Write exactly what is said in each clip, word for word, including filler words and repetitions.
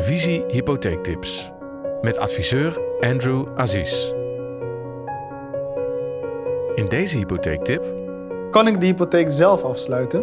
Visie Hypotheektips met adviseur Andrew Aziz. In deze hypotheektip: kan ik de hypotheek zelf afsluiten?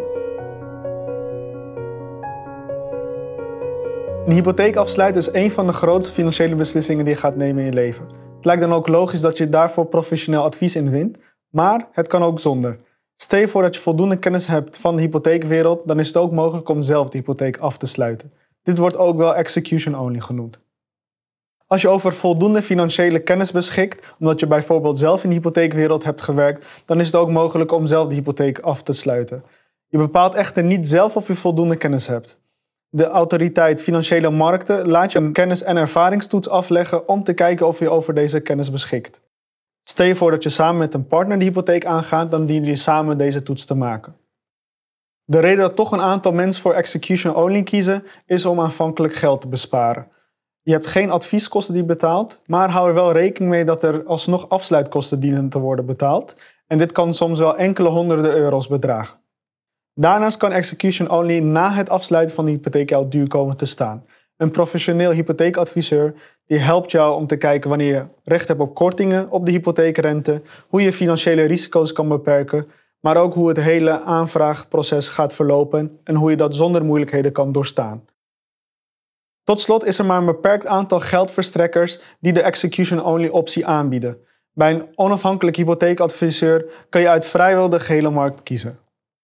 Een hypotheek afsluiten is een van de grootste financiële beslissingen die je gaat nemen in je leven. Het lijkt dan ook logisch dat je daarvoor professioneel advies inwint, maar het kan ook zonder. Stel je voor dat je voldoende kennis hebt van de hypotheekwereld, dan is het ook mogelijk om zelf de hypotheek af te sluiten. Dit wordt ook wel execution only genoemd. Als je over voldoende financiële kennis beschikt, omdat je bijvoorbeeld zelf in de hypotheekwereld hebt gewerkt, dan is het ook mogelijk om zelf de hypotheek af te sluiten. Je bepaalt echter niet zelf of je voldoende kennis hebt. De autoriteit Financiële Markten laat je een kennis- en ervaringstoets afleggen om te kijken of je over deze kennis beschikt. Stel je voor dat je samen met een partner de hypotheek aangaat, dan dienen jullie samen deze toets te maken. De reden dat toch een aantal mensen voor execution only kiezen, is om aanvankelijk geld te besparen. Je hebt geen advieskosten die je betaalt, maar hou er wel rekening mee dat er alsnog afsluitkosten dienen te worden betaald. En dit kan soms wel enkele honderden euro's bedragen. Daarnaast kan execution only na het afsluiten van de hypotheek jou duur komen te staan. Een professioneel hypotheekadviseur die helpt jou om te kijken wanneer je recht hebt op kortingen op de hypotheekrente, hoe je financiële risico's kan beperken, maar ook hoe het hele aanvraagproces gaat verlopen en hoe je dat zonder moeilijkheden kan doorstaan. Tot slot is er maar een beperkt aantal geldverstrekkers die de execution-only optie aanbieden. Bij een onafhankelijk hypotheekadviseur kun je uit vrijwel de gehele markt kiezen.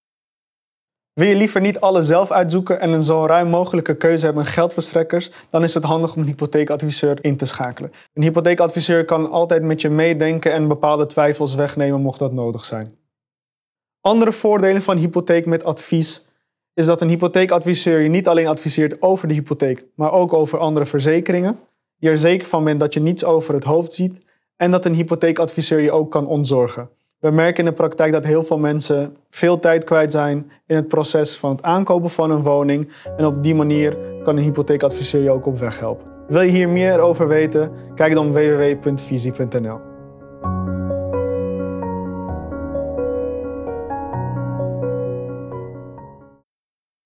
Wil je liever niet alles zelf uitzoeken en een zo ruim mogelijke keuze hebben aan geldverstrekkers, dan is het handig om een hypotheekadviseur in te schakelen. Een hypotheekadviseur kan altijd met je meedenken en bepaalde twijfels wegnemen mocht dat nodig zijn. Andere voordelen van hypotheek met advies is dat een hypotheekadviseur je niet alleen adviseert over de hypotheek, maar ook over andere verzekeringen. Je er zeker van bent dat je niets over het hoofd ziet en dat een hypotheekadviseur je ook kan ontzorgen. We merken in de praktijk dat heel veel mensen veel tijd kwijt zijn in het proces van het aankopen van een woning en op die manier kan een hypotheekadviseur je ook op weg helpen. Wil je hier meer over weten? Kijk dan w w w punt visie punt n l.